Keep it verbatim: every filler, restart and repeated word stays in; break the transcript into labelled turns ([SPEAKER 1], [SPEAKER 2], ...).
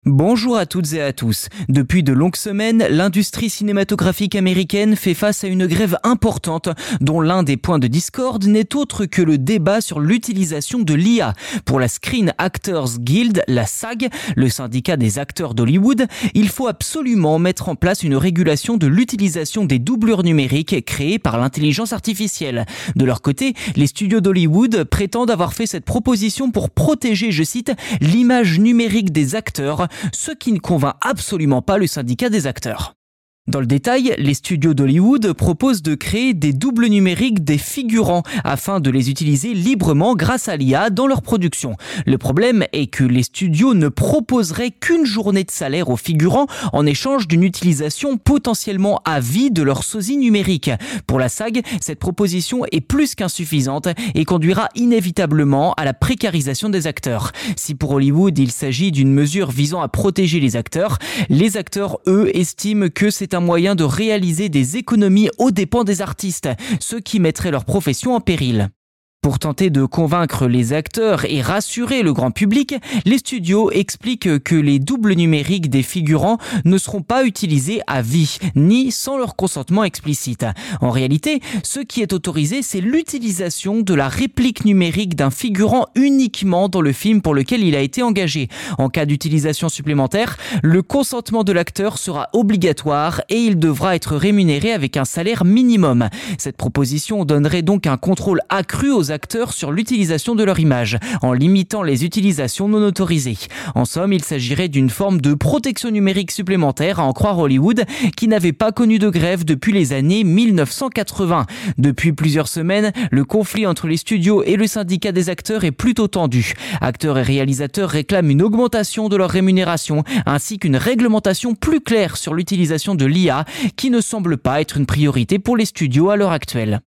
[SPEAKER 1] Bonjour à toutes et à tous. Depuis de longues semaines, l'industrie cinématographique américaine fait face à une grève importante dont l'un des points de discorde n'est autre que le débat sur l'utilisation de l'I A. Pour la Screen Actors Guild, la SAG, le syndicat des acteurs d'Hollywood, il faut absolument mettre en place une régulation de l'utilisation des doublures numériques créées par l'intelligence artificielle. De leur côté, les studios d'Hollywood prétendent avoir fait cette proposition pour protéger, je cite, l'image numérique des acteurs, ce qui ne convainc absolument pas le syndicat des acteurs. Dans le détail, les studios d'Hollywood proposent de créer des doubles numériques des figurants afin de les utiliser librement grâce à l'I A dans leur production. Le problème est que les studios ne proposeraient qu'une journée de salaire aux figurants en échange d'une utilisation potentiellement à vie de leur sosie numérique. Pour la SAG, cette proposition est plus qu'insuffisante et conduira inévitablement à la précarisation des acteurs. Si pour Hollywood, il s'agit d'une mesure visant à protéger les acteurs, les acteurs, eux, estiment que c'est un moyen de réaliser des économies aux dépens des artistes, ce qui mettrait leur profession en péril. Pour tenter de convaincre les acteurs et rassurer le grand public, les studios expliquent que les doubles numériques des figurants ne seront pas utilisés à vie, ni sans leur consentement explicite. En réalité, ce qui est autorisé, c'est l'utilisation de la réplique numérique d'un figurant uniquement dans le film pour lequel il a été engagé. En cas d'utilisation supplémentaire, le consentement de l'acteur sera obligatoire et il devra être rémunéré avec un salaire minimum. Cette proposition donnerait donc un contrôle accru aux acteurs sur l'utilisation de leur image, en limitant les utilisations non autorisées. En somme, il s'agirait d'une forme de protection numérique supplémentaire, à en croire Hollywood, qui n'avait pas connu de grève depuis les années mille neuf cent quatre-vingts. Depuis plusieurs semaines, le conflit entre les studios et le syndicat des acteurs est plutôt tendu. Acteurs et réalisateurs réclament une augmentation de leur rémunération, ainsi qu'une réglementation plus claire sur l'utilisation de l'I A, qui ne semble pas être une priorité pour les studios à l'heure actuelle.